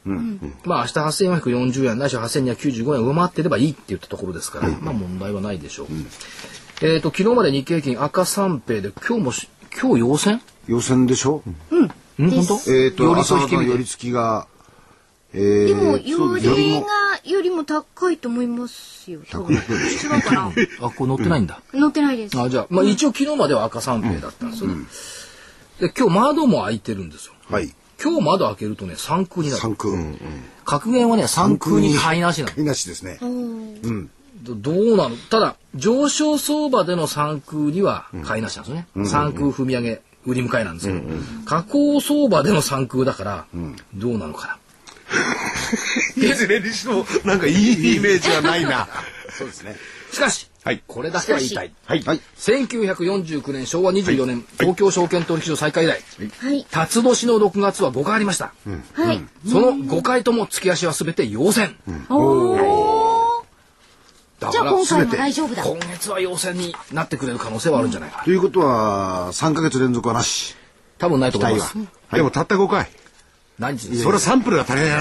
まあ明日8440円、ないしは8295円上回ってればいいって言ったところですから、まあ問題はないでしょう。昨日まで日経平均赤三平で、今日陽線？ 陽線でしょ？ 本当？ 朝の寄り付きが、 でも寄りがよりも高いと思いますよ。多分違うかな。 あ、これ乗ってないんだ。 乗ってないです。 あ、じゃあ、まあ一応昨日までは赤三平だったんですよね。で、今日窓も開いてるんですよ。 はい。 今日窓開けるとね、三空になる。 三空。 格言はね、三空に買いなしなの。 買いなしですね。 どうなの？ただ、上昇相場での三空には買いなしなんですね。三空踏み上げ、売り迎えなんですけど、下降相場での三空だから、どうなのかな。 いずれにしてもなんかいいイメージはないな。 そうですね。 しかし、これだけは言いたい。 はい。 1949年昭和24年、東京証券取引所再開以来、辰年の6月は5回ありました。その5回とも月足は全て陽線。 じゃあ今回も大丈夫だ。 今月は陽線になってくれる可能性はあるんじゃないかな。 ということは3ヶ月連続はなし。 多分ないと思います。 でもたった5回。 何時？ それはサンプルが足りないな。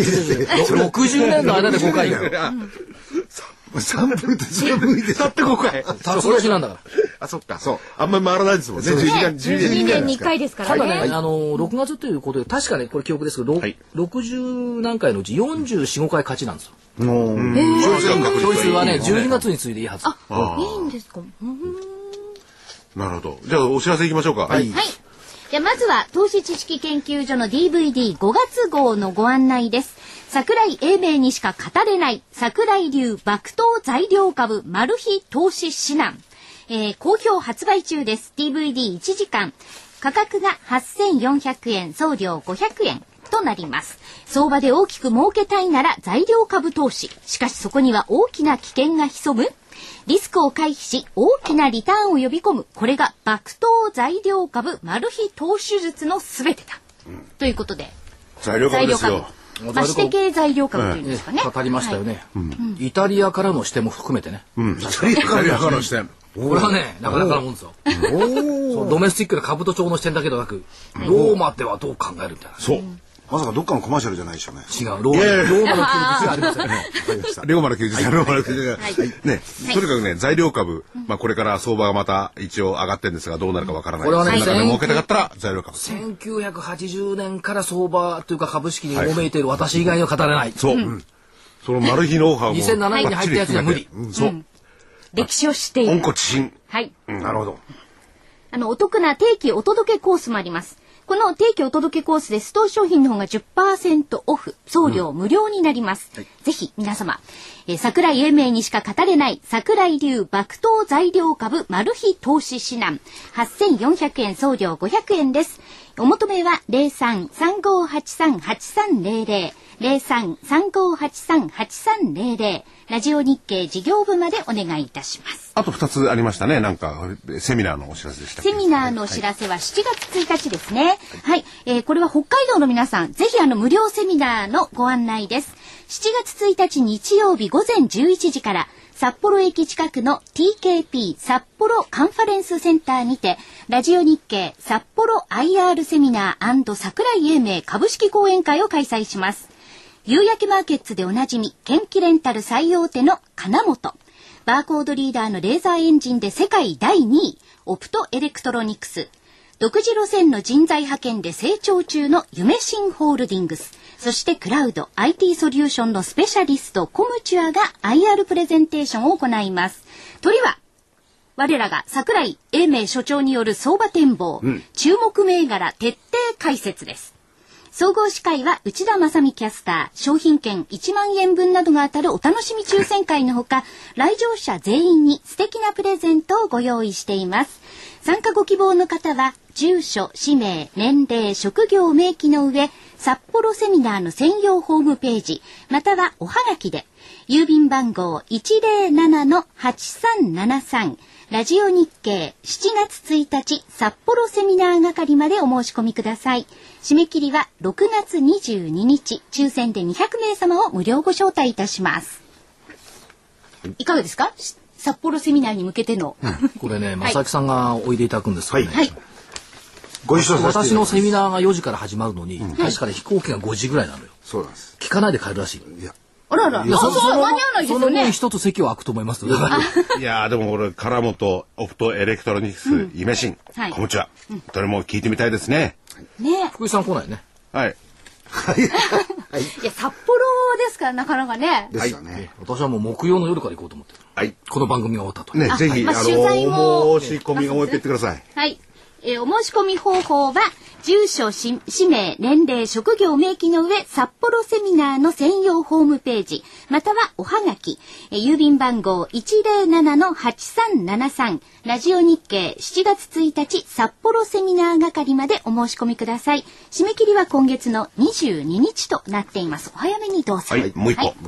60年の間で5回よ。 サンプルってそれ無理でたった5回。 辰年なんだから。 あ、そっか、そう。あんまり回らないですもんね。12 年に1回ですからね。ただね、6月ということで、確かね、これ記憶ですけど、60何回のうち44、5回勝ちなんですよ。勝率はね、12月に次いでいいはず。 あ、いいんですか。 なるほど。じゃあ、お知らせいきましょうか。 はい。じゃあまずは投資知識研究所の DVD5 月号のご案内です。櫻井英明にしか語れない櫻井流爆投材料株マル秘投資指南、好評発売中です。 DVD1 時間価格が8400円、送料500円となります。相場で大きく儲けたいなら材料株投資、しかしそこには大きな危険が潜む。リスクを回避し大きなリターンを呼び込む、これが爆投材料株マル秘投資術のすべてだ、ということで、 材料株ですよ。 指定系材料株というんですかね。 語りましたよね。イタリアからの視点も含めてね。 イタリアからの視点。 これはね、なかなかのもんですよ。ドメスティックな兜町の視点だけでなく、ローマではどう考えるみたいな。 そう。 まさかどっかのコマーシャルじゃないでしょうね。 違う。ローマの休日がありますよね。 ローマの休日。ね、とにかくね、材料株、まあこれから相場がまた一応上がってるんですが、どうなるかわからない。 これはね、 儲けたかったら材料株。 1980年から相場というか株式にうごめいている私以外には語れない。 そう。そのマル秘ノウハウも。 2007年に入ったやつには無理。 そう。 歴史を知っている。 温故知新。 はい。 なるほど。 お得な定期お届けコースもあります。この定期お届けコースですと商品の方が 10% オフ、送料無料になります。ぜひ皆様、櫻井英明にしか語れない櫻井流爆投材料株マル秘投資指南、8400円、送料500円です。お求めは 03-3583-8300 03-3583-8300 ラジオ日経事業部までお願いいたします。 あと2つありましたね。なんかセミナーのお知らせでした。 セミナーのお知らせは7月1日ですね。はい、これは北海道の皆さん、ぜひ無料セミナーのご案内です。7月1日日曜日午前11時から札幌駅近くの TKP 札幌カンファレンスセンターにてラジオ日経札幌 IR セミナー&櫻井英明株式講演会を開催します。夕焼けマーケッツでおなじみ建機レンタル最大手の金本、バーコードリーダーのレーザーエンジンで世界第2位オプトエレクトロニクス、独自路線の人材派遣で成長中の夢新ホールディングス、そしてクラウド IT ソリューションのスペシャリストコムチュアが IR プレゼンテーションを行います。鳥は我らが櫻井英明所長による相場展望、注目銘柄徹底解説です。総合司会は内田正美キャスター、商品券1万円分などが当たるお楽しみ抽選会のほか、来場者全員に素敵なプレゼントをご用意しています。参加ご希望の方は、住所、氏名、年齢、職業を明記の上、札幌セミナーの専用ホームページ、またはおはがきで、郵便番号 107-8373、ラジオ日経7月1日札幌セミナー係までお申し込みください。締め切りは6月22日、抽選で200名様を無料ご招待いたします。いかがですか？札幌セミナーに向けての。 これね、正木さんがおいでいただくんですけどね。 はい。 ご一緒させて私のセミナーが4時から始まるのに、確かに飛行機が5時ぐらいなのよ。 そうなんです。 聞かないで帰るらしい。 いや、 あらら、間に合わないですよね。 その分一つ席は空くと思います。 いやーでもこれ唐本オプトエレクトロニクス、イメシン、こんにちは。どれも聞いてみたいですね。 ね。 福井さん来ないね。 はい。 いや、札幌ですからなかなかね。 ですよね。 私はもう木曜の夜から行こうと思ってる。 はい。 この番組が終わったと。 ね、ぜひ、 取材もお申し込みが終えてってください。 はい。お申し込み方法は、住所、氏名、年齢、職業明記の上、札幌セミナーの専用ホームページ、またはおはがき、郵便番号 107-8373、ラジオ日経7月1日札幌セミナー係までお申し込みください。締め切りは今月の22日となっています。お早めにどうぞ。 はい、もう一個。 はい、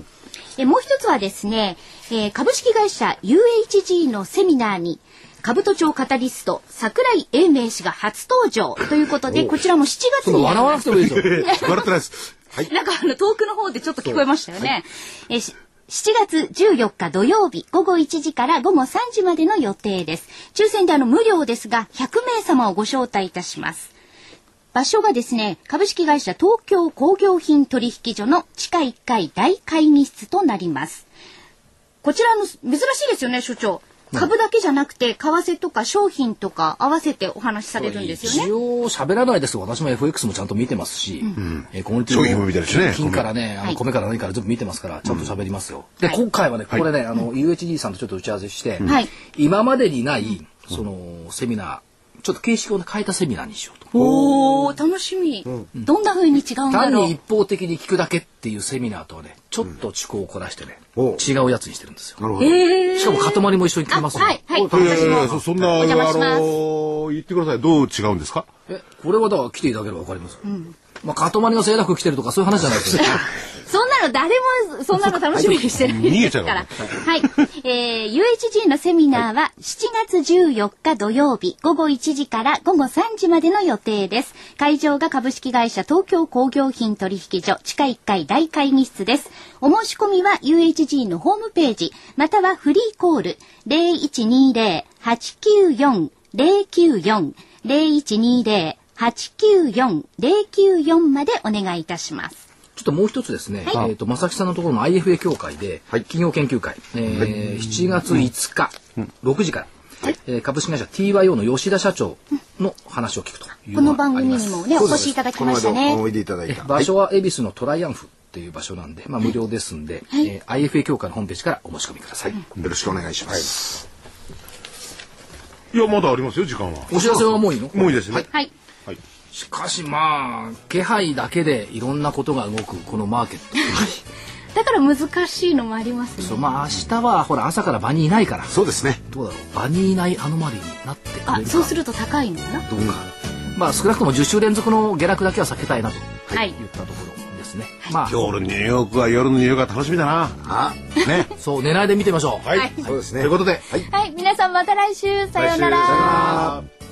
もう一つはですね、株式会社 UHG のセミナーに、兜町カタリスト櫻井英明氏が初登場ということで、こちらも7月に笑わなくてもいいですよ。 笑ってないです。 はい。なんか遠くの方でちょっと聞こえましたよね。はい、7月14日土曜日午後1時から午後3時までの予定です。抽選で無料ですが100名様をご招待いたします。場所がですね、株式会社東京工業品取引所の地下1階大会議室となります。こちらの珍しいですよね、所長。株だけじゃなくて為替とか商品とか合わせてお話しされるんですよね。 一応喋らないですけど、私も FX もちゃんと見てますし、 コミュニティ商品も見てるしね。 金からね、米から何から全部見てますから、ちゃんと喋りますよ。で、今回はね、これね、UHD さんとちょっと打ち合わせして、今までにないそのセミナー、ちょっと形式を変えたセミナーにしようと。 おー、楽しみ。どんな風に違うんだろう。 単に一方的に聞くだけっていうセミナーとはね、ちょっと趣向を凝らしてね、違うやつにしてるんですよ。しかも塊も一緒に聞けますので。 はい。 そんな言ってください。どう違うんですか？ これはだから来ていただければわかります。まあ塊のセーラー服着てるとかそういう話じゃないですよ。 そんなの誰もそんなの楽しみにしてないですから。はい。UHG のセミナーは7月14日土曜日午後1時から午後3時までの予定です。会場が株式会社東京工業品取引所地下1階大会議室です。お申し込みは UHG のホームページまたはフリーコール 0120-894-094 0120-894-094 までお願いいたします。 ちょっともう一つですね、正木さんのところの IFA 協会で、企業研究会、7月5日、6時から、株式会社 TYO の吉田社長の話を聞くというのがあります。 この番組にもね、お越しいただきましたね。 おいでいただいた。 場所は恵比寿のトライアンフっていう場所なんで、無料ですんで、IFA 協会のホームページからお申し込みください。 よろしくお願いします。 いや、まだありますよ、時間は。 お知らせはもういいの？ もういいですね。 はい。 しかし気配だけでいろんなことが動くこのマーケット。 だから難しいのもありますね。 そう、明日はほら朝から場にいないから。 そうですね。 どうだろう、場にいないアノマリーになってくれるか。 そうすると高いのかな。 どうか。少なくとも10週連続の下落だけは避けたいなと言ったところですね。 夜のニューヨークは夜のニューヨークが楽しみだな。 ね。そう、寝ないで見てみましょう。 はい。そうですね。 ということで。 はい。皆さんまた来週。さようなら。